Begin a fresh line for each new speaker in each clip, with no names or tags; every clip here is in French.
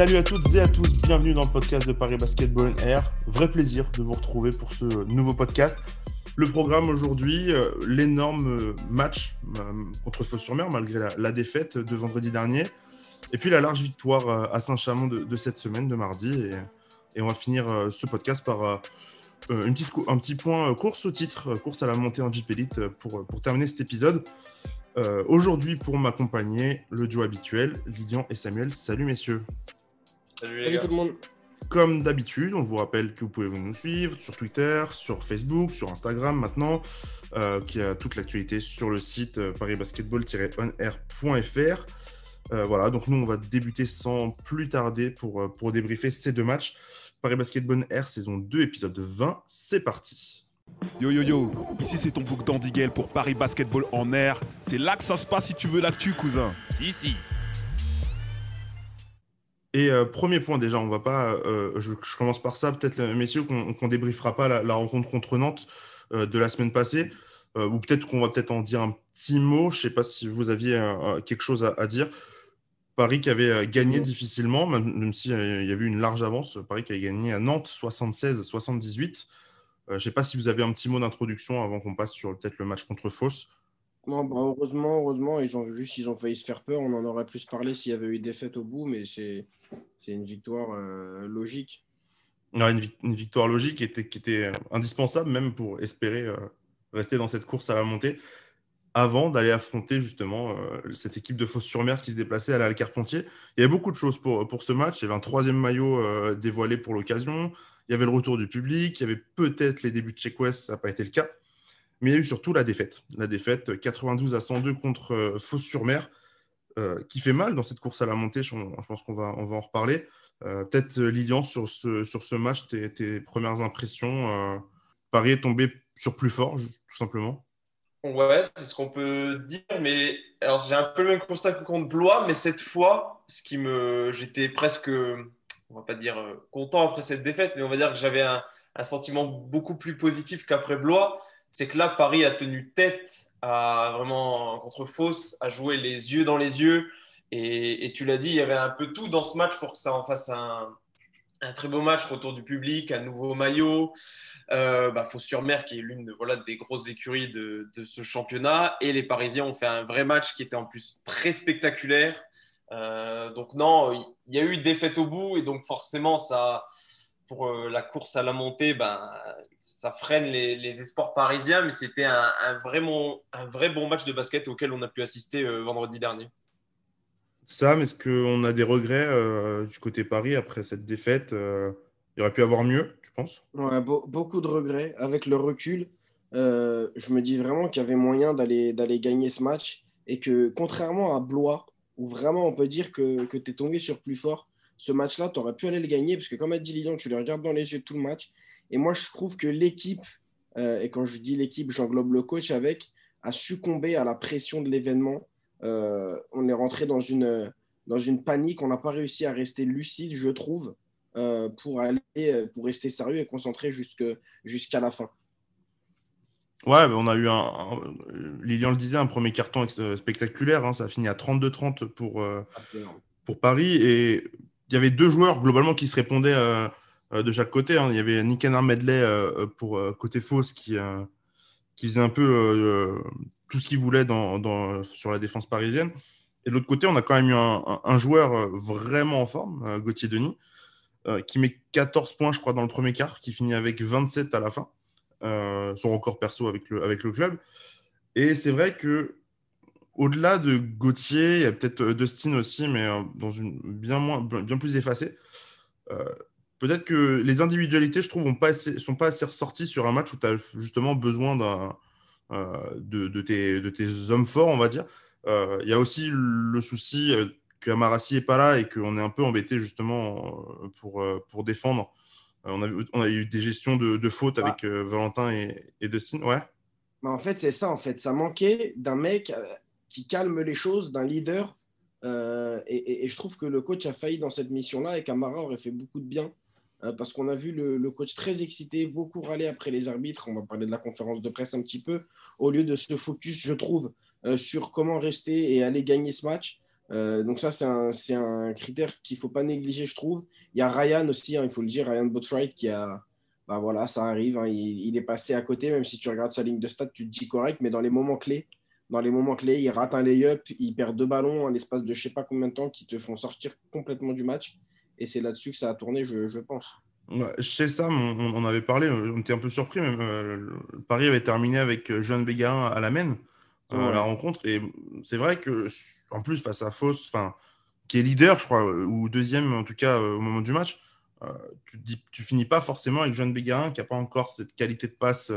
Salut à toutes et à tous, bienvenue dans le podcast de Paris Basketball Air. Vrai plaisir de vous retrouver pour ce nouveau podcast. Le programme aujourd'hui, l'énorme match contre Fos-sur-Mer malgré la défaite de vendredi dernier. Et puis la large victoire à Saint-Chamond de cette semaine, de mardi. Et on va finir ce podcast par un petit point course au titre, course à la montée en Jeep Elite pour terminer cet épisode. Aujourd'hui, pour m'accompagner, le duo habituel, Lilian et Samuel. Salut messieurs.
Salut tout le monde.
Comme d'habitude, on vous rappelle que vous pouvez nous suivre sur Twitter, sur Facebook, sur Instagram maintenant, qu'il y a toute l'actualité sur le site parisbasketball-onair.fr. Voilà, donc nous on va débuter sans plus tarder pour débriefer ces deux matchs. Paris Basketball Air saison 2, épisode 20, c'est parti.
Yo yo yo, ici c'est ton bouc d'Andiguel pour Paris Basketball en air. C'est là que ça se passe si tu veux l'actu, cousin. Si.
Et premier point déjà, on va pas, je commence par ça, peut-être messieurs qu'on débriefera pas la rencontre contre Nantes de la semaine passée, ou peut-être qu'on va peut-être en dire un petit mot. Je sais pas si vous aviez quelque chose à dire. Paris qui avait gagné difficilement, même s'il y avait une large avance. Paris qui avait gagné à Nantes 76-78. Je ne sais pas si vous avez un petit mot d'introduction avant qu'on passe sur peut-être le match contre Fos.
Non, heureusement, ils ont failli se faire peur. On en aurait plus parlé s'il y avait eu défaite au bout, mais c'est une victoire logique.
Ouais, une victoire logique qui était indispensable même pour espérer rester dans cette course à la montée avant d'aller affronter justement cette équipe de Fos-sur-Mer qui se déplaçait à la Carpentier. Il y avait beaucoup de choses pour ce match. Il y avait un troisième maillot dévoilé pour l'occasion. Il y avait le retour du public. Il y avait peut-être les débuts de Check West. Ça n'a pas été le cas. Mais il y a eu surtout la défaite. La défaite 92-102 contre Fos-sur-Mer qui fait mal dans cette course à la montée. Je pense qu'on va en reparler. Peut-être Lilian, sur ce match, tes premières impressions. Paris est tombé sur plus fort, tout simplement.
Ouais, c'est ce qu'on peut dire, mais alors j'ai un peu le même constat que contre Blois, mais cette fois, j'étais presque, on va pas dire content après cette défaite, mais on va dire que j'avais un sentiment beaucoup plus positif qu'après Blois. C'est que là, Paris a tenu tête à vraiment contre Fos, à jouer les yeux dans les yeux, et tu l'as dit, il y avait un peu tout dans ce match pour que ça en fasse un très beau match, retour du public, un nouveau maillot. Fos-sur-Mer qui est l'une des grosses écuries de ce championnat, et les Parisiens ont fait un vrai match qui était en plus très spectaculaire. Donc non, il y a eu défaite au bout, et donc forcément ça, pour la course à la montée, ça freine les espoirs parisiens, mais c'était un vrai bon match de basket auquel on a pu assister vendredi dernier.
Sam, est-ce qu'on a des regrets du côté Paris après cette défaite il aurait pu avoir mieux, tu penses?
Ouais, beaucoup de regrets. Avec le recul, je me dis vraiment qu'il y avait moyen d'aller gagner ce match et que contrairement à Blois, où vraiment on peut dire que tu es tombé sur plus fort, ce match-là, tu aurais pu aller le gagner parce que comme a dit Lilian, tu les regardes dans les yeux tout le match. Et moi, je trouve que l'équipe, et quand je dis l'équipe, j'englobe le coach avec, a succombé à la pression de l'événement. On est rentré dans une panique, on n'a pas réussi à rester lucide, je trouve, pour rester sérieux et concentré jusqu'à la fin.
Ouais, on a eu Lilian le disait, un premier carton spectaculaire. Hein, ça a fini à 32-30 pour Paris. Et il y avait deux joueurs globalement qui se répondaient de chaque côté. Hein. Il y avait Nicanor Medley pour côté Fausse qui faisait un peu tout ce qu'il voulait sur la défense parisienne. Et de l'autre côté, on a quand même eu un joueur vraiment en forme, Gauthier Denis, qui met 14 points, je crois, dans le premier quart, qui finit avec 27 à la fin. Son record perso avec le club. Et c'est vrai que au-delà de Gauthier, il y a peut-être Dustin aussi, mais dans une bien plus effacée. Peut-être que les individualités, je trouve, sont pas assez ressorties sur un match où tu as justement besoin de tes hommes forts, on va dire. Il y a aussi le souci que Amarassi n'est pas là et qu'on est un peu embêté justement pour défendre. On a eu des gestions de fautes avec Valentin et Dustin. Ouais.
En fait, c'est ça. En fait, ça manquait d'un mec qui calme les choses, d'un leader. Et je trouve que le coach a failli dans cette mission-là et qu'Amara aurait fait beaucoup de bien parce qu'on a vu le coach très excité, beaucoup râler après les arbitres. On va parler de la conférence de presse un petit peu, au lieu de se focus, je trouve, sur comment rester et aller gagner ce match. Donc ça, c'est un critère qu'il ne faut pas négliger, je trouve. Il y a Ryan aussi, hein, il faut le dire, Ryan Boatwright qui a... Bah voilà, ça arrive, hein, il est passé à côté, même si tu regardes sa ligne de stats, tu te dis correct, mais dans les moments clés, il rate un lay-up, il perd 2 ballons en l'espace de je ne sais pas combien de temps qui te font sortir complètement du match. Et c'est là-dessus que ça a tourné, je pense.
Ouais, je sais ça, mais on avait parlé, on était un peu surpris même. Paris avait terminé avec Johan Bégarin à la main, la
Ouais.
rencontre. Et c'est vrai que, en plus, face à Fos, enfin, qui est leader, je crois, ou deuxième en tout cas au moment du match, euh, tu te dis, tu finis pas forcément avec Johan Bégarin qui n'a pas encore cette qualité de passe,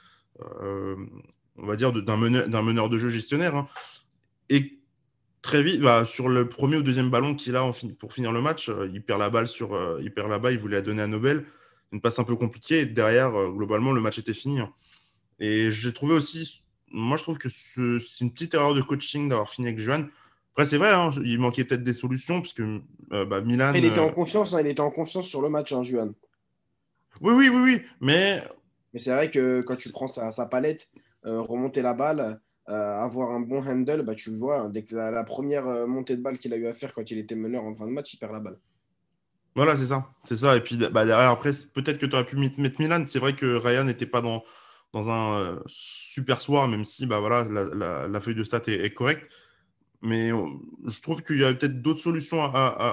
euh, on va dire, d'un meneur de jeu gestionnaire, hein. Et très vite, bah, sur le premier ou deuxième ballon qu'il a pour finir le match, il perd la balle il perd la balle, il voulait la donner à Nobel. Une passe un peu compliquée. Et derrière, globalement, le match était fini, hein. Et j'ai trouvé aussi, moi, je trouve que c'est une petite erreur de coaching d'avoir fini avec Johan. Après, c'est vrai, hein, il manquait peut-être des solutions, parce que bah, Milan.
Il était en confiance, hein, il était en confiance sur le match, hein, Juan.
Oui, oui, oui, oui. Mais
Mais c'est vrai que quand tu prends sa palette, remonter la balle, avoir un bon handle, bah, tu le vois, hein, dès que la première montée de balle qu'il a eu à faire quand il était meneur en fin de match, il perd la balle.
voilà, c'est ça. C'est ça. Et puis bah, derrière, après, peut-être que tu aurais pu mettre Milan. C'est vrai que Ryan n'était pas dans un super soir, même si bah, voilà, la feuille de stats est correcte. Mais je trouve qu'il y a peut-être d'autres solutions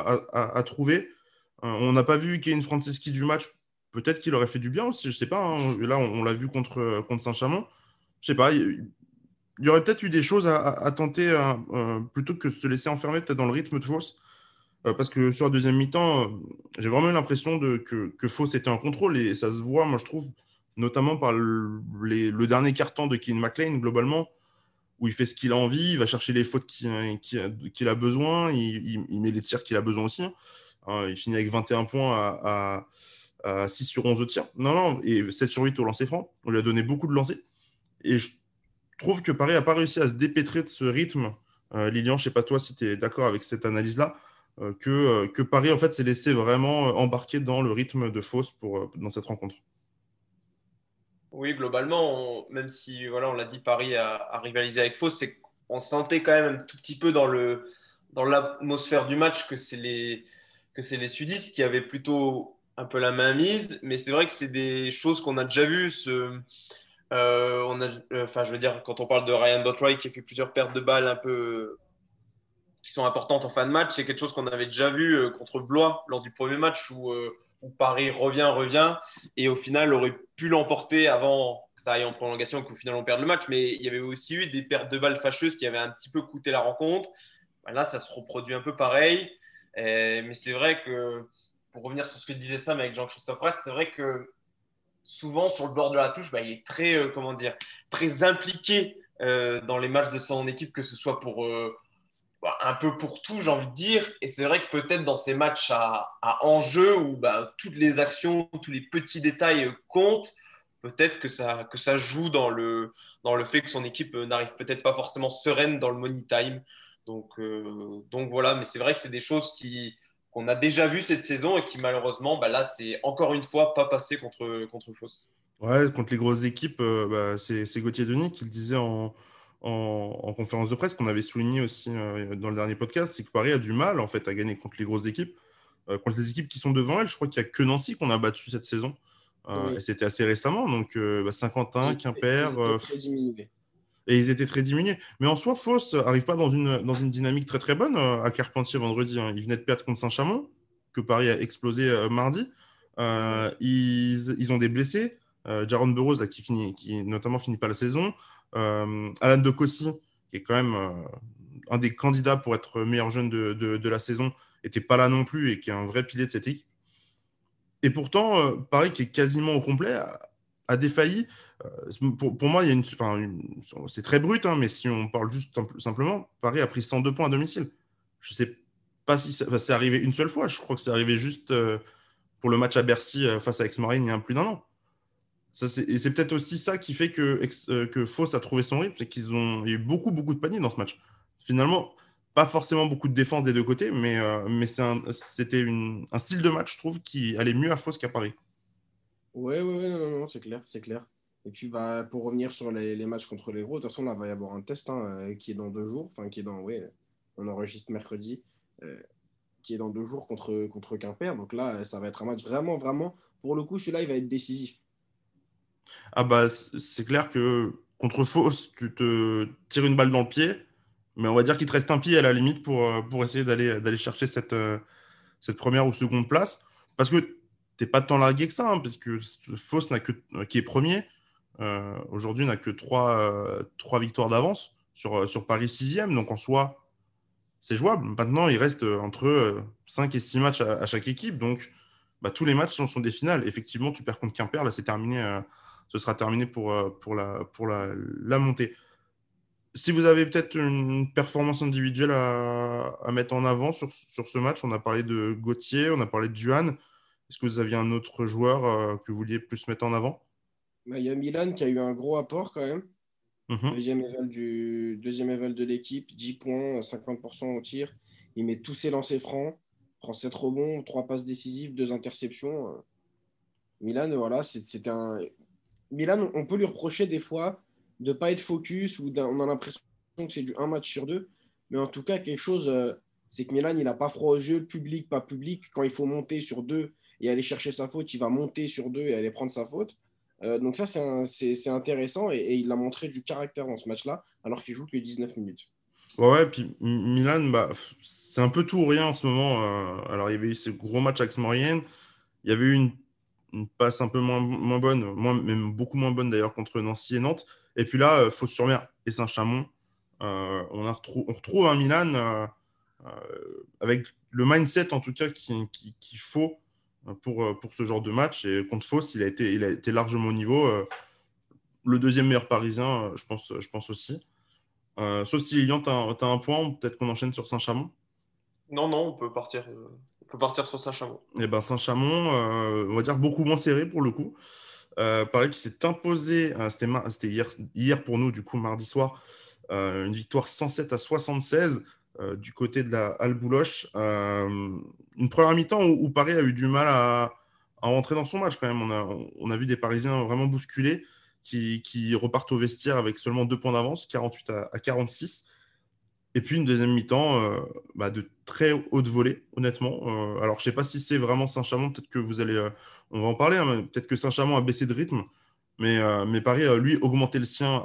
à trouver. On n'a pas vu Kevin Franceschi du match. Peut-être qu'il aurait fait du bien aussi, je sais pas, hein. Là, on l'a vu contre Saint-Chamond. Je sais pas, il y aurait peut-être eu des choses à tenter plutôt que de se laisser enfermer peut-être dans le rythme de Fos. Parce que sur la deuxième mi-temps, j'ai vraiment eu l'impression que Fos était en contrôle et ça se voit, moi je trouve, notamment par le dernier quart-temps de Kevin McLean, globalement, où il fait ce qu'il a envie, il va chercher les fautes qu'il a besoin, il met les tirs qu'il a besoin aussi, hein. Il finit avec 21 points à 6 sur 11 au tir. Non, non, et 7 sur 8 au lancer franc. On lui a donné beaucoup de lancers. Et je trouve que Paris n'a pas réussi à se dépêtrer de ce rythme. Lilian, je ne sais pas toi si tu es d'accord avec cette analyse-là, que Paris en fait s'est laissé vraiment embarquer dans le rythme de Fos dans cette rencontre.
Oui, globalement, même si voilà, on l'a dit, Paris a rivalisé avec Fos, c'est qu'on sentait quand même un tout petit peu dans l'atmosphère du match que c'est les sudistes qui avaient plutôt un peu la main mise. Mais c'est vrai que c'est des choses qu'on a déjà vues. Enfin, je veux dire, quand on parle de Ryan Boatwright qui a fait plusieurs pertes de balles un peu qui sont importantes en fin de match, c'est quelque chose qu'on avait déjà vu contre Blois lors du premier match où Paris revient et au final aurait pu l'emporter avant que ça aille en prolongation et qu'au final on perde le match. Mais il y avait aussi eu des pertes de balles fâcheuses qui avaient un petit peu coûté la rencontre. Là, ça se reproduit un peu pareil. Mais c'est vrai que, pour revenir sur ce que disait Sam avec Jean-Christophe Pratt, c'est vrai que souvent sur le bord de la touche, il est très, comment dire, très impliqué dans les matchs de son équipe, que ce soit pour un peu pour tout, j'ai envie de dire. Et c'est vrai que peut-être dans ces matchs à enjeu où toutes les actions, tous les petits détails comptent, peut-être que ça joue dans le fait que son équipe n'arrive peut-être pas forcément sereine dans le money time. Donc voilà, mais c'est vrai que c'est des choses qu'on a déjà vues cette saison et qui malheureusement, là, c'est encore une fois pas passé contre Fos.
Ouais, contre les grosses équipes, bah, c'est Gauthier Denis qui le disait en conférence de presse, qu'on avait souligné aussi dans le dernier podcast, c'est que Paris a du mal en fait à gagner contre les grosses équipes. Contre les équipes qui sont devant elle, je crois qu'il n'y a que Nancy qu'on a battu cette saison. Et
Oui.
c'était assez récemment, donc Saint-Quentin, Quimper,
Ils étaient très diminués.
et ils étaient très diminués. Mais en soi, Fos n'arrive pas dans une dynamique très très bonne à Carpentier vendredi, hein. Ils venaient de perdre contre Saint-Chamond, que Paris a explosé mardi.
Ouais.
Ils ont des blessés. Jaron Burrows, là, qui notamment finit pas la saison. Alan De Cossy, qui est quand même un des candidats pour être meilleur jeune de la saison, était pas là non plus et qui est un vrai pilier de cette équipe. Et pourtant, Paris, qui est quasiment au complet, a défailli. Pour moi, il y a c'est très brut, hein, mais si on parle juste simplement, Paris a pris 102 points à domicile. Je sais pas si c'est arrivé une seule fois. Je crois que c'est arrivé juste pour le match à Bercy face à Aix-Marine il y a plus d'un an. Et c'est peut-être aussi ça qui fait que Fos a trouvé son rythme, c'est il y a eu beaucoup, beaucoup de paniers dans ce match. Finalement, pas forcément beaucoup de défense des deux côtés, mais c'était un style de match, je trouve, qui allait mieux à Fos qu'à Paris.
Ouais, ouais, ouais, non, non, non, c'est clair, c'est clair. Et puis, pour revenir sur les matchs contre les gros, de toute façon, là, va y avoir un test, hein, qui est dans 2 jours, enfin, qui est dans, ouais, on enregistre mercredi, qui est dans 2 jours contre Quimper. Donc là, ça va être un match vraiment, vraiment, pour le coup, celui-là, il va être décisif.
Ah bah, c'est clair que contre Fos, tu te tires une balle dans le pied, mais on va dire qu'il te reste un pied à la limite pour essayer d'aller chercher cette première ou seconde place. Parce que t'es pas tant largué que ça, hein, parce que Fos qui est premier, aujourd'hui n'a que trois victoires d'avance sur Paris sixième. Donc en soi, c'est jouable. Maintenant, il reste entre 5 et 6 matchs à chaque équipe. Donc bah, tous les matchs sont des finales. Effectivement, tu perds contre Quimper, là c'est terminé. Ce sera terminé pour la montée. Si vous avez peut-être une performance individuelle à mettre en avant sur ce match, on a parlé de Gauthier, on a parlé de Juan. Est-ce que vous aviez un autre joueur que vous vouliez plus mettre en avant?
Bah, il y a Milan qui a eu un gros apport quand même.
Mhm.
Deuxième éval de l'équipe, 10 points, 50% au tir. Il met tous ses lancers francs, prend 7 rebonds, 3 passes décisives, 2 interceptions. Milan, voilà, c'était un. Milan, on peut lui reprocher des fois de ne pas être focus ou on a l'impression que c'est du un match sur deux. Mais en tout cas, quelque chose, c'est que Milan, il n'a pas froid aux yeux, public, pas public. Quand il faut monter sur deux et aller chercher sa faute, il va monter sur deux et aller prendre sa faute. Donc ça, c'est intéressant et il a montré du caractère dans ce match-là, alors qu'il joue que 19 minutes.
Ouais, puis Milan, bah, c'est un peu tout ou rien en ce moment. Alors, il y avait eu ce gros match avec Maurienne. Il y avait eu une passe un peu moins bonne, même beaucoup moins bonne d'ailleurs contre Nancy et Nantes. Et puis là, Fos-sur-Mer et Saint-Chamond, on retrouve un Milan avec le mindset en tout cas qu'il faut pour ce genre de match. Et contre Fos, il a été largement au niveau. Le deuxième meilleur parisien, je pense aussi. Sauf si Lilian, tu as un point, peut-être qu'on enchaîne sur Saint-Chamond.
Non, non, on peut partir sur Saint-Chamond.
Et ben Saint-Chamond, on va dire beaucoup moins serré pour le coup. Pareil, qui s'est imposé, c'était hier pour nous, du coup, mardi soir, une victoire 107-76 du côté de la Halle Bouloche. Une première mi-temps où Paris a eu du mal à rentrer dans son match quand même. On a vu des Parisiens vraiment bousculés qui repartent au vestiaire avec seulement 2 points d'avance, 48 à 46. Et puis une deuxième mi-temps de très haute volée, honnêtement. Alors, je ne sais pas si c'est vraiment Saint-Chamond, peut-être que vous allez. On va en parler, hein, mais peut-être que Saint-Chamond a baissé de rythme, mais Paris a, lui, augmenté le sien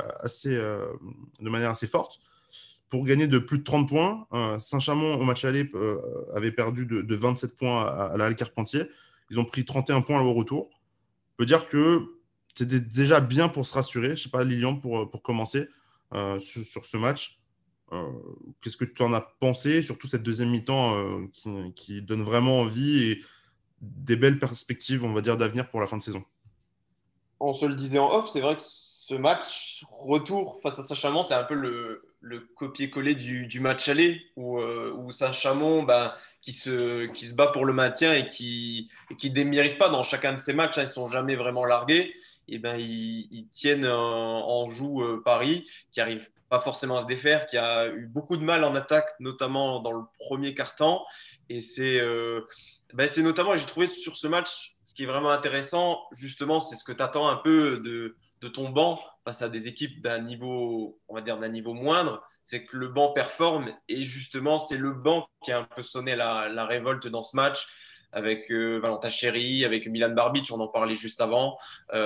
de manière assez forte pour gagner de plus de 30 points. Saint-Chamond, au match aller, avait perdu de 27 points à la Halle Carpentier. Ils ont pris 31 points au retour. On peut dire que c'était déjà bien pour se rassurer. Je ne sais pas, Lilian, pour commencer sur ce match. Euh, Qu'est-ce que tu en as pensé, surtout cette deuxième mi-temps qui donne vraiment envie et des belles perspectives, on va dire, d'avenir pour la fin de saison?
On se le disait en off, c'est vrai que ce match retour face à Saint-Chamond, c'est un peu le copier-coller du match aller où Saint-Chamond qui se bat pour le maintien et qui démérite pas dans chacun de ses matchs, hein, ils sont jamais vraiment largués. Et ben ils tiennent en joue Paris, qui arrive pas forcément à se défaire, qui a eu beaucoup de mal en attaque, notamment dans le premier quart-temps. Et c'est notamment, j'ai trouvé sur ce match, ce qui est vraiment intéressant, justement, c'est ce que tu attends un peu de ton banc face à des équipes d'un niveau, on va dire, d'un niveau moindre, c'est que le banc performe. Et justement, c'est le banc qui a un peu sonné la révolte dans ce match, avec Valentin Chéry, avec Milan Barbic, on en parlait juste avant,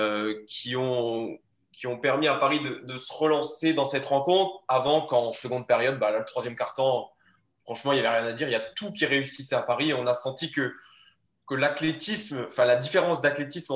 qui ont permis à Paris de se relancer dans cette rencontre avant qu'en seconde période, là, le troisième quart-temps, franchement, il n'y avait rien à dire. Il y a tout qui réussissait à Paris. Et on a senti que l'athlétisme, enfin la différence d'athlétisme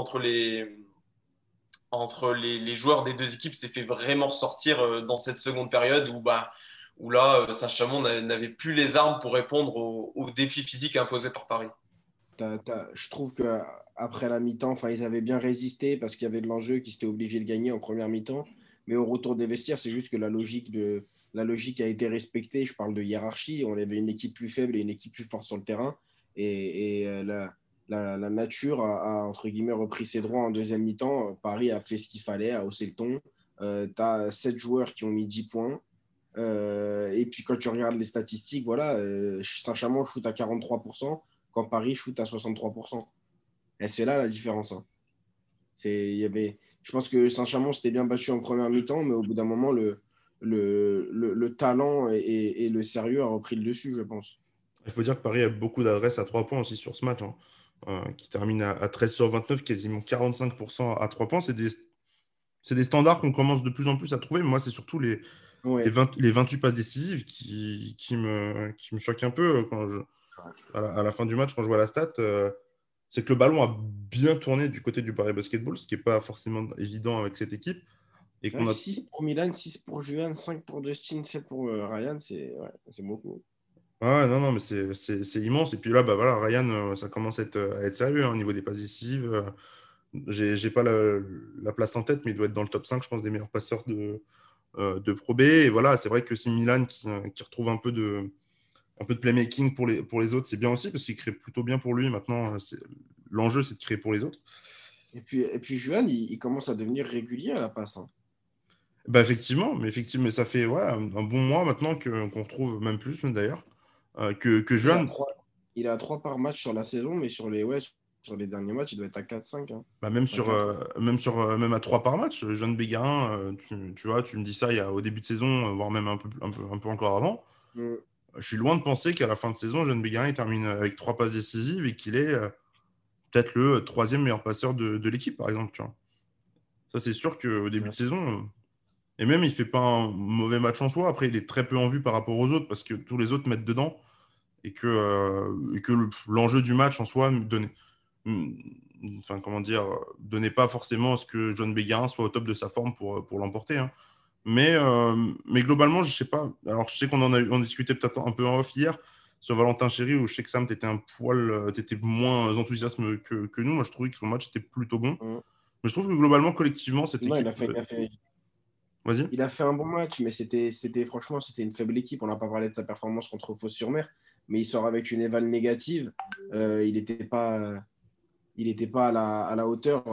entre les joueurs des deux équipes s'est fait vraiment ressortir dans cette seconde période où là, Saint-Chamond n'avait plus les armes pour répondre aux défis physiques imposés par Paris.
Je trouve qu'après la mi-temps, ils avaient bien résisté parce qu'il y avait de l'enjeu, qu'ils étaient obligés de gagner en première mi-temps. Mais au retour des vestiaires, c'est juste que la logique a été respectée. Je parle de hiérarchie. On avait une équipe plus faible et une équipe plus forte sur le terrain. Et la nature entre guillemets, repris ses droits en deuxième mi-temps. Paris a fait ce qu'il fallait, a haussé le ton. Tu as 7 joueurs qui ont mis 10 points. Et puis quand tu regardes les statistiques, voilà, Saint-Chamond shoot à 43%, quand Paris shoot à 63%. Et c'est là la différence. Hein. Je pense que Saint-Chamond s'était bien battu en première mi-temps, mais au bout d'un moment, le le talent et le sérieux a repris le dessus, je pense.
Il faut dire que Paris a beaucoup d'adresses à 3 points aussi sur ce match, hein, qui termine à 13 sur 29, quasiment 45% à 3 points. C'est des standards qu'on commence de plus en plus à trouver. Moi, c'est surtout les
Ouais.
28 passes décisives qui me choquent un peu à la fin du match quand je vois la stat. C'est que le ballon a bien tourné du côté du Paris Basketball, ce qui n'est pas forcément évident avec cette équipe. Et
C'est vrai
qu'on
que
a...
6 pour Milan, 6 pour Juan, 5 pour Dustin, 7 pour Ryan, c'est beaucoup.
Ah, non, mais c'est immense. Et puis là, bah, voilà, Ryan, ça commence à être sérieux, hein, au niveau des passes décisives. J'ai pas la place en tête, mais il doit être dans le top 5, je pense, des meilleurs passeurs de Pro B. Et voilà, c'est vrai que c'est Milan qui retrouve un peu de playmaking pour les autres, c'est bien aussi, parce qu'il crée plutôt bien pour lui. Maintenant, l'enjeu, c'est de créer pour les autres.
Et puis Juan, il commence à devenir régulier à la passe, hein.
Bah, effectivement, mais ça fait ouais, un bon mois maintenant qu'on retrouve, même plus même d'ailleurs, que
Il a
Juan,
3, il a 3 par match sur la saison, mais sur les derniers matchs, il doit être à 4-5, hein.
bah,
À 4.
même à 3 par match, Juan Bégarin, tu vois, tu me dis ça au début de saison, voire même un peu encore avant.
Mm.
Je suis loin de penser qu'à la fin de saison, Juan Bégarin il termine avec 3 passes décisives et qu'il est peut-être le troisième meilleur passeur de l'équipe, par exemple. Tu vois. Ça, c'est sûr qu'au début
Bien
de
sûr.
saison, et même il fait pas un mauvais match en soi. Après, il est très peu en vue par rapport aux autres parce que tous les autres mettent dedans et que l'enjeu du match en soi enfin, comment dire, donnait pas forcément à ce que John Béguin soit au top de sa forme pour l'emporter. Hein. Mais globalement, je sais pas. Alors, je sais on discutait peut-être un peu en off hier sur Valentin Chéry, où je sais que Sam, t'étais moins enthousiaste que nous. Moi, je trouvais que son match était plutôt bon.
Mm.
Mais je trouve que globalement, collectivement, cette
Non,
équipe. Vas-y.
il a fait un bon match, mais franchement, c'était une faible équipe. On n'a pas parlé de sa performance contre Fos-sur-Mer, mais il sort avec une éval négative. Il n'était pas à la hauteur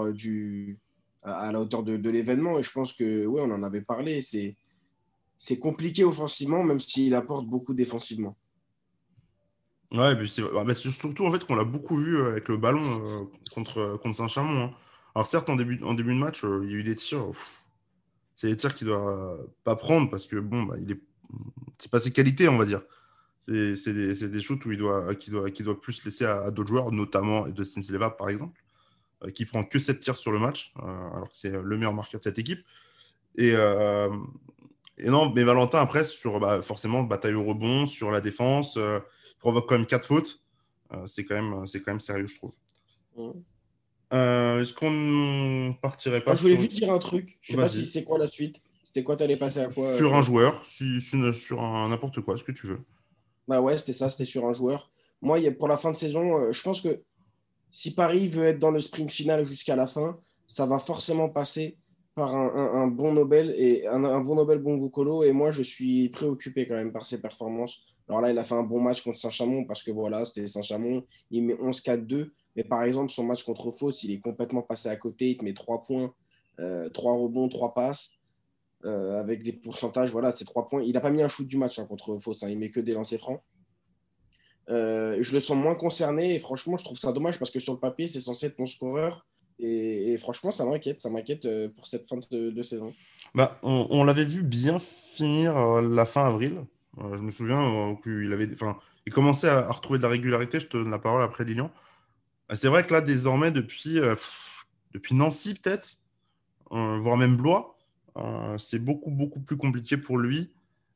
à la hauteur de l'événement. Et je pense que, ouais, on en avait parlé. C'est compliqué offensivement, même s'il apporte beaucoup défensivement.
Ouais, et puis c'est surtout en fait qu'on l'a beaucoup vu avec le ballon contre Saint-Chamond. Hein. Alors certes, en début de match, il y a eu des tirs. C'est des tirs qu'il doit pas prendre parce que bon, bah, c'est pas ses qualités, on va dire. C'est des shoots où qu'il doit plus laisser à d'autres joueurs, notamment Dustin Sleva par exemple, qui prend que 7 tirs sur le match, alors que c'est le meilleur marqueur de cette équipe. Et, euh, et non, mais Valentin après forcément bataille au rebond, sur la défense, il provoque quand même 4 fautes. C'est quand même sérieux, je trouve.
Mm.
Est-ce qu'on partirait
Moi,
pas
je voulais
sur...
juste dire un truc. Je sais pas si
Vas-y.
c'est quoi la suite. C'était quoi, t'allais passer à quoi,
Sur un
Flo?
joueur, sur n'importe quoi, ce que tu veux.
Bah ouais, c'était ça, c'était sur un joueur. Moi, pour la fin de saison, je pense que si Paris veut être dans le sprint final jusqu'à la fin, ça va forcément passer par un bon Nobel et un bon Nobel Bongoukolo. Et moi, je suis préoccupé quand même par ses performances. Alors là, il a fait un bon match contre Saint-Chamond parce que voilà, c'était Saint-Chamond. Il met 11-4-2. Mais par exemple, son match contre Fos, il est complètement passé à côté. Il te met 3 points, 3 rebonds, 3 passes. Avec des pourcentages, voilà, c'est 3 points. Il n'a pas mis un shoot du match, hein, contre Fos, hein, il met que des lancers francs. Je le sens moins concerné et franchement, je trouve ça dommage parce que sur le papier, c'est censé être mon scoreur. Et franchement, ça m'inquiète pour cette fin de saison.
Bah, on l'avait vu bien finir la fin avril. Je me souviens il commençait à retrouver de la régularité. Je te donne la parole après Lilian. C'est vrai que là, désormais, depuis Nancy, peut-être, voire même Blois, c'est beaucoup plus compliqué pour lui.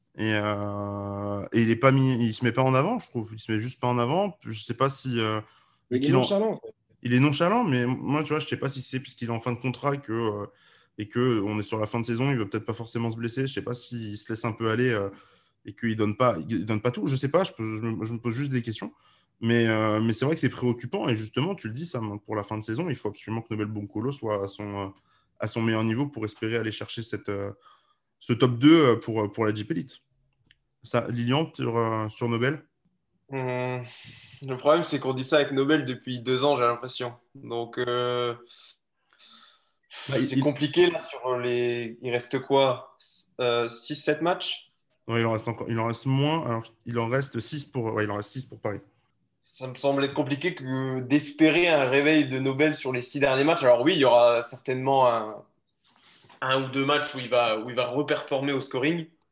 Et il se met pas en avant, je trouve. Il se met juste pas en avant. Je sais pas si vu
Il est
qu'il en,
nonchalant, en fait.
il est nonchalant, mais moi, tu vois, je sais pas si c'est puisqu'il est en fin de contrat et que on est sur la fin de saison, il veut peut-être pas forcément se blesser. Je sais pas s'il se laisse un peu aller et il donne pas tout. Je sais pas. Je me pose juste des questions. Mais c'est vrai que c'est préoccupant et justement, tu le dis, ça, pour la fin de saison, il faut absolument que Nobel Bonkolo soit à son meilleur niveau pour espérer aller chercher ce top 2 pour la Jeep Elite. Ça, Lilian, sur Nobel?
Hum, Le problème, c'est qu'on dit ça avec Nobel depuis 2 ans, j'ai l'impression. Donc,
Bah,
c'est compliqué là sur les. Il reste quoi? 6-7 matchs?
ouais, il en reste moins. Alors, il en reste 6 il en reste 6 pour Paris.
Ça me semble être compliqué d'espérer un réveil de Nobel sur les 6 derniers matchs. Alors oui, il y aura certainement un ou deux matchs où il va reperformer au scoring.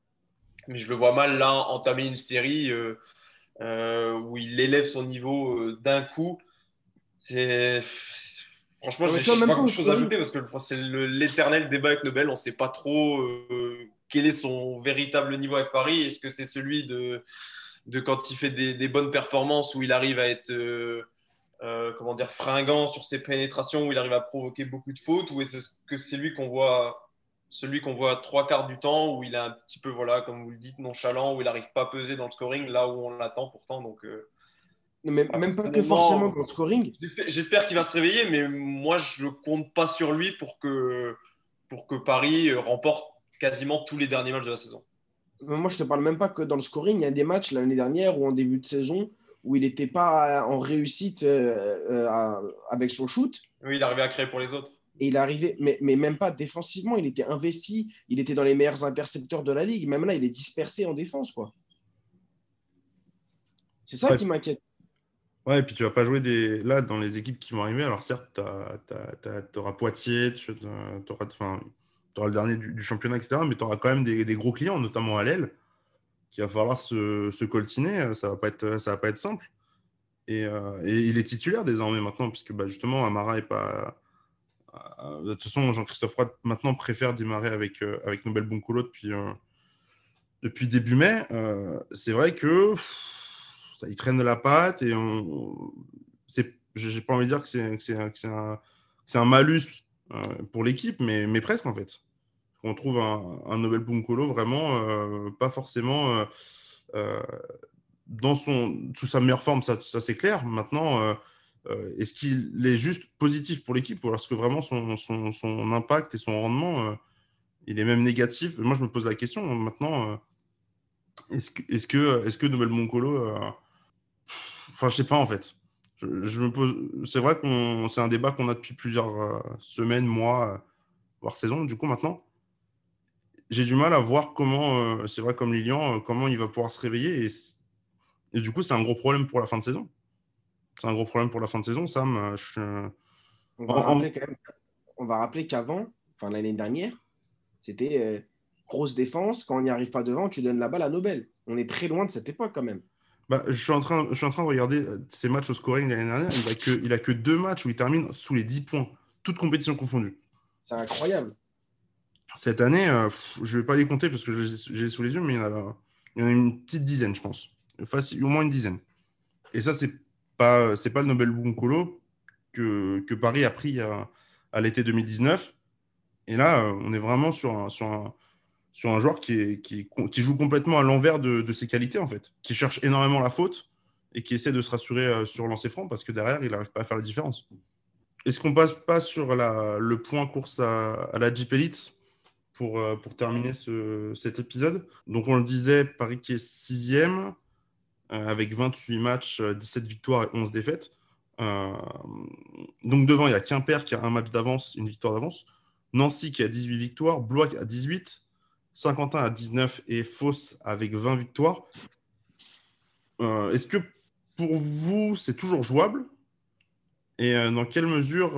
Mais je le vois mal là entamer une série où il élève son niveau d'un coup. Franchement,
Non, mais
je
tu vois,
n'ai
même
pas
pas au
grand-chose à
scoring.
ajouter parce que c'est l'éternel débat avec Nobel. On ne sait pas trop quel est son véritable niveau avec Paris. Est-ce que c'est celui de quand il fait des bonnes performances où il arrive à être comment dire, fringant sur ses pénétrations, où il arrive à provoquer beaucoup de fautes, ou est-ce que c'est celui qu'on voit trois quarts du temps, où il est un petit peu, voilà, comme vous le dites, nonchalant, où il n'arrive pas à peser dans le scoring, là où on l'attend pourtant. Donc,
Non, mais
voilà,
même pas que forcément
personnellement,
dans le scoring.
j'espère qu'il va se réveiller, mais moi, je compte pas sur lui pour que Paris remporte quasiment tous les derniers matchs de la saison.
Moi, je te parle même pas que dans le scoring. Il y a des matchs l'année dernière ou en début de saison où il n'était pas en réussite avec son shoot.
Oui, il arrivait à créer pour les autres.
Et il arrivait, mais même pas défensivement, il était investi, il était dans les meilleurs intercepteurs de la ligue. Même là, il est dispersé en défense, quoi. C'est ça
Ouais,
qui m'inquiète.
ouais, et puis tu vas pas jouer là dans les équipes qui vont arriver. Alors certes, tu auras Poitiers, tu auras le dernier du championnat, etc. Mais tu auras quand même des gros clients, notamment à l'aile, qu'il va falloir se coltiner. Ça va pas être simple. Et il est titulaire désormais maintenant, puisque bah, justement, Amara est pas. De toute façon, Jean-Christophe Roy maintenant préfère démarrer avec Nobel Bunkolo depuis début mai. C'est vrai que il traîne de la patte et j'ai pas envie de dire que c'est un malus pour l'équipe, mais presque en fait. On trouve un Nobel Bunkolo vraiment pas forcément euh, sous sa meilleure forme, ça c'est clair. Maintenant, est-ce qu'il est juste positif pour l'équipe ou est-ce que vraiment son impact et son rendement, il est même négatif? Moi, je me pose la question maintenant. Est-ce que Nobel Moncolo, enfin, je sais pas en fait. Je me pose. C'est vrai c'est un débat qu'on a depuis plusieurs semaines, mois, voire saisons. Du coup, maintenant, j'ai du mal à voir comment. C'est vrai comme Lilian, comment il va pouvoir se réveiller. Et du coup, c'est un gros problème pour la fin de saison. C'est un gros problème pour la fin de saison, Sam.
On va
En-
rappeler quand même, on va rappeler qu'avant, enfin l'année dernière, c'était grosse défense. Quand on n'y arrive pas devant, tu donnes la balle à Nobel. On est très loin de cette époque quand même.
Bah, je suis en train de regarder ses matchs au scoring l'année dernière. Il a que 2 matchs où il termine sous les 10 points, toutes compétitions confondues.
C'est incroyable.
Cette année, je ne vais pas les compter parce que j'ai sous les yeux, mais il y en a une petite dizaine, je pense. Facile, au moins une dizaine. Et ça, c'est pas le Nobel Bunkolo que Paris a pris à l'été 2019. Et là, on est vraiment sur un joueur qui joue complètement à l'envers de ses qualités, en fait. Qui cherche énormément la faute et qui essaie de se rassurer sur lancer franc parce que derrière, il n'arrive pas à faire la différence. Est-ce qu'on passe pas sur le point course à la Jeep Elite pour terminer cet épisode? Donc, on le disait, Paris qui est 6e avec 28 matchs, 17 victoires et 11 défaites. Euh, donc, devant, il y a Quimper qui a un match d'avance, une victoire d'avance. Nancy qui a 18 victoires, Blois qui a 18, Saint-Quentin à 19 et Fos avec 20 victoires. Est-ce que pour vous, c'est toujours jouable? Et dans quelle mesure,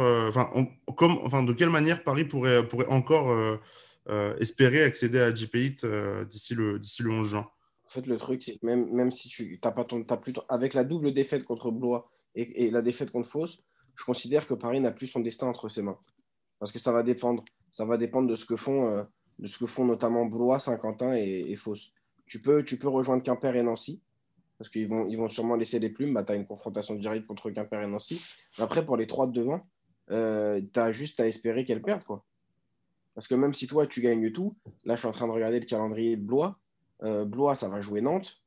de quelle manière Paris pourrait encore espérer accéder à la JP Elite d'ici le 11 juin?
En fait, le truc, c'est que même si tu n'as pas avec la double défaite contre Blois et la défaite contre Fos, je considère que Paris n'a plus son destin entre ses mains. Parce que ça va dépendre. Ça va dépendre de ce que font notamment Blois, Saint-Quentin et Fos. Tu peux rejoindre Quimper et Nancy, parce qu'ils vont sûrement laisser les plumes. Bah, tu as une confrontation directe contre Quimper et Nancy. Après, pour les trois de devant, tu as juste à espérer qu'elles perdent, quoi. Parce que même si toi, tu gagnes tout, là, je suis en train de regarder le calendrier de Blois. Blois, ça va jouer Nantes.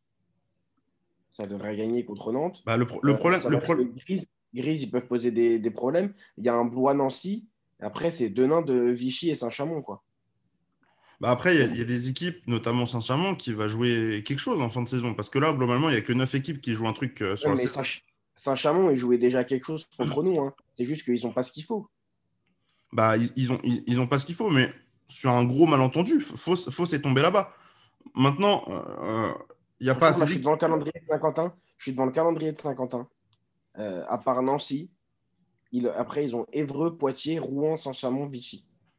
Ça devrait gagner contre Nantes.
Bah, le problème,
Ça va jouer Grise. Grise, ils peuvent poser des problèmes. Il y a un Blois-Nancy. Après, c'est Denain de Vichy et Saint-Chamond, quoi.
bah après, il y, a
Donc,
il y a des équipes, notamment Saint-Chamond, qui va jouer quelque chose en fin de saison. Parce que là, globalement, il n'y a que 9 équipes qui jouent un truc sur
ouais,
la
mais
saison.
Saint-Chamond, ils jouaient déjà quelque chose contre nous, hein. C'est juste qu'ils n'ont pas ce qu'il faut.
Bah, ils ont pas ce qu'il faut, mais sur un gros malentendu, Fos est tombé là-bas. Maintenant, il n'y a pas
Franchement,
assez
là, je suis
d'équipes.
devant le calendrier de Saint-Quentin. Je suis devant le calendrier de Saint-Quentin. À part Nancy, après, ils ont Évreux, Poitiers, Rouen, Saint-Chamond, Vichy.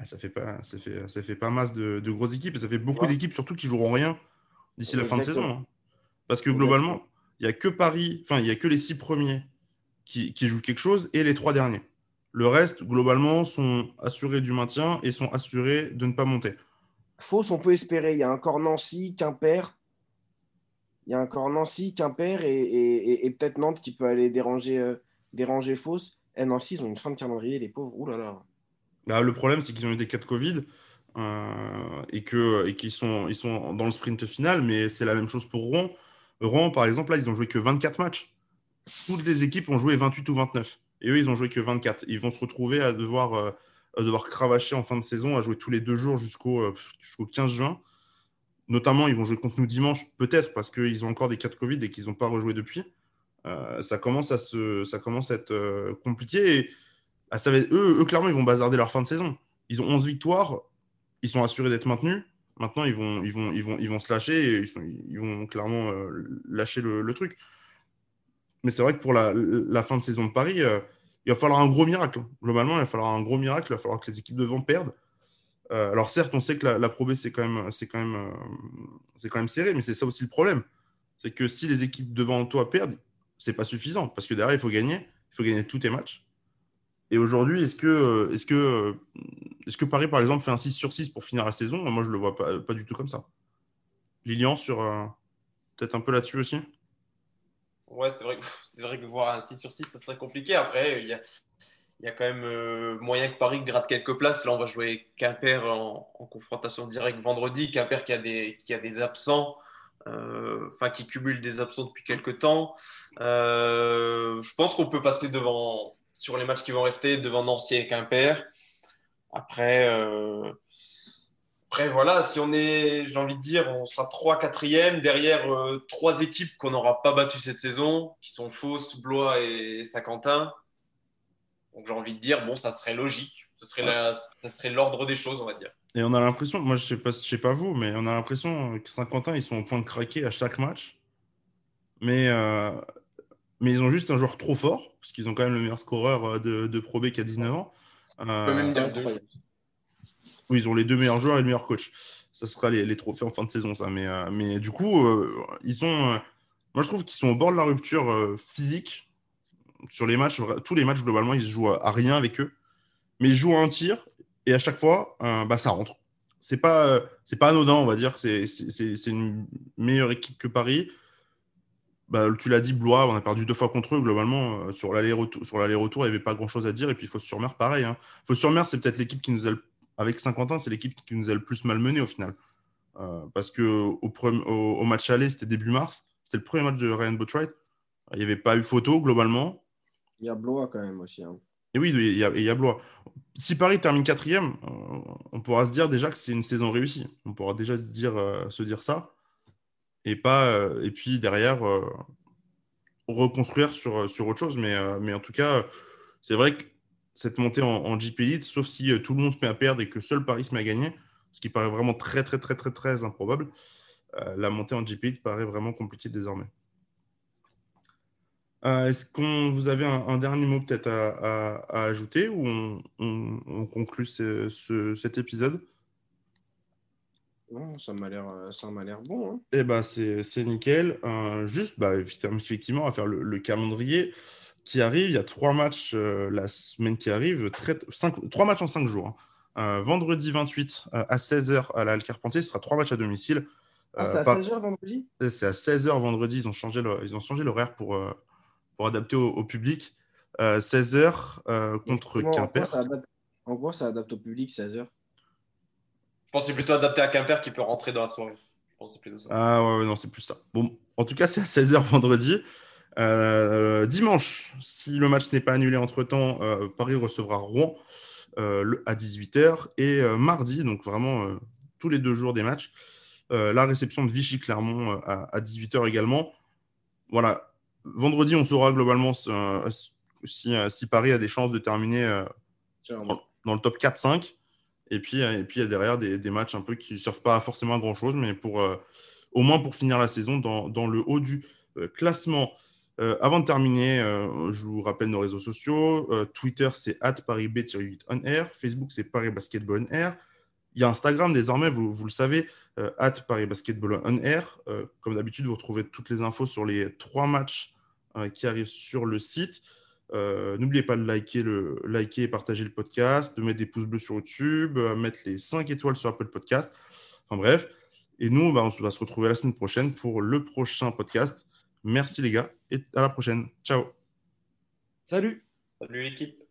Ça fait pas masse de grosses équipes et ça fait beaucoup
Ouais.
d'équipes surtout qui joueront rien d'ici la fin de saison.
Exactement.
Hein. Parce que
Exactement.
globalement, il n'y a que Paris, enfin, il n'y a que les 6 premiers qui jouent quelque chose et les 3 derniers. Le reste, globalement, sont assurés du maintien et sont assurés de ne pas monter.
Fausse, on peut espérer. Il y a encore Nancy, Quimper. Il y a encore Nancy, Quimper et peut-être Nantes qui peut aller déranger Fausse. Et Nancy, ils ont une fin de calendrier, les pauvres. Ouh là là.
Bah, le problème, c'est qu'ils ont eu des cas de Covid et qu'ils sont dans le sprint final, mais c'est la même chose pour Rouen. Rouen, par exemple, là, ils ont joué que 24 matchs. Toutes les équipes ont joué 28 ou 29. Et eux, ils ont joué que 24. Ils vont se retrouver à devoir cravacher en fin de saison, à jouer tous les 2 jours jusqu'au 15 juin. Notamment, ils vont jouer contre nous dimanche, peut-être parce qu'ils ont encore des cas de Covid et qu'ils n'ont pas rejoué depuis. Ça commence à être compliqué. Et eux, clairement, ils vont bazarder leur fin de saison. Ils ont 11 victoires. Ils sont assurés d'être maintenus. Maintenant, ils vont se lâcher et ils vont clairement lâcher le truc. Mais c'est vrai que pour la fin de saison de Paris, il va falloir un gros miracle. Globalement, il va falloir un gros miracle. Il va falloir que les équipes devant perdent. Alors certes, on sait que la Pro B, c'est quand même serré, mais c'est ça aussi le problème. C'est que si les équipes devant toi perdent, c'est pas suffisant. Parce que derrière, il faut gagner. Il faut gagner tous tes matchs. Et aujourd'hui, est-ce que Paris, par exemple, fait un 6/6 pour finir la saison? Moi, je ne le vois pas du tout comme ça. Lilian, peut-être un peu là-dessus aussi?
Ouais, c'est vrai que voir un 6/6, ça serait compliqué. Après, il y a quand même moyen que Paris gratte quelques places. Là, on va jouer Quimper en confrontation directe vendredi. Quimper qui a des absents, enfin qui cumule des absents depuis quelques temps. Je pense qu'on peut passer devant, sur les matchs qui vont rester, devant Nancy et Quimper. Après, voilà, si on est, j'ai envie de dire, on sera 3 4e derrière 3 équipes qu'on n'aura pas battues cette saison, qui sont Fos, Blois et Saint-Quentin. Donc j'ai envie de dire, bon, ça serait logique.
Ouais.
Ça serait l'ordre des choses, on va dire.
Et on a l'impression, moi je sais pas vous, mais on a l'impression que Saint-Quentin, ils sont au point de craquer à chaque match. Mais, euh, mais ils ont juste un joueur trop fort, parce qu'ils ont quand même le meilleur scoreur de Pro B qui a 19 ans.
On peut même
Euh,
dire deux.
Incroyable.
oui, ils ont les 2 meilleurs joueurs et le meilleur coach. Ça sera les trophées en fin de saison, ça. Mais du coup, moi je trouve qu'ils sont au bord de la rupture physique sur les matchs. Tous les matchs, globalement, ils se jouent à rien avec eux. Mais ils jouent à un tir et à chaque fois, ça rentre. C'est pas anodin, on va dire. C'est une meilleure équipe que Paris. Bah, tu l'as dit, Blois, on a perdu 2 fois contre eux. Globalement, sur l'aller-retour, il n'y avait pas grand-chose à dire. Et puis, Fos-sur-Mer, pareil. Hein. Fos-sur-Mer, c'est peut-être l'équipe qui nous a, avec Saint-Quentin, c'est l'équipe qui nous a le plus malmené au final. Parce que au match aller, c'était début mars. C'était le premier match de Ryan Boatwright. Il n'y avait pas eu photo, globalement.
Il y a Blois quand même aussi. Hein.
Et oui, il y a Blois. Si Paris termine 4e, on pourra se dire déjà que c'est une saison réussie. On pourra déjà se dire ça. Et puis derrière, reconstruire sur autre chose. Mais en tout cas, c'est vrai que cette montée en GP Elite, sauf si tout le monde se met à perdre et que seul Paris se met à gagner, ce qui paraît vraiment très, très, très, très, très improbable, la montée en GP Elite paraît vraiment compliquée désormais. Est-ce que vous avez un dernier mot peut-être à ajouter ou on conclut cet épisode?
Non, ça m'a l'air bon. Hein.
Eh ben, c'est nickel. Juste, bah, effectivement, à faire le calendrier qui arrive. Il y a 3 matchs la semaine qui arrive. 3 matchs en 5 jours. Hein. Vendredi 28 à 16h à la Halle Carpentier. Ce sera 3 matchs à domicile.
Ah, c'est à 16h vendredi?
C'est à 16h vendredi. Ils ont changé l'horaire pour adapter au public. 16h contre Quimper.
En quoi ça adapte au public 16h?
Je pense que c'est plutôt adapté à Quimper qui peut rentrer dans la soirée. Je pense que c'est plutôt ça.
Ah ouais, non, c'est plus ça. Bon, en tout cas, c'est à 16h vendredi. Dimanche, si le match n'est pas annulé entre-temps, Paris recevra Rouen à 18h. Et mardi, donc vraiment tous les 2 jours des matchs, la réception de Vichy-Clermont à 18h également. Voilà. Vendredi, on saura globalement si Paris a des chances de terminer dans le top 4-5. Et puis, il y a derrière des matchs un peu qui ne servent pas forcément à grand-chose, mais au moins pour finir la saison dans le haut du classement. Avant de terminer, je vous rappelle nos réseaux sociaux. Twitter, c'est @ParisB-8OnAir. Facebook, c'est Paris Basketball On Air. Il y a Instagram désormais, vous le savez, @Paris Basketball On Air. Comme d'habitude, vous retrouvez toutes les infos sur les 3 matchs qui arrivent sur le site. N'oubliez pas de liker et partager le podcast, de mettre des pouces bleus sur YouTube, mettre les 5 étoiles sur Apple Podcast. Enfin bref. Et nous, on va se retrouver la semaine prochaine pour le prochain podcast. Merci les gars et à la prochaine. Ciao.
Salut.
Salut l'équipe.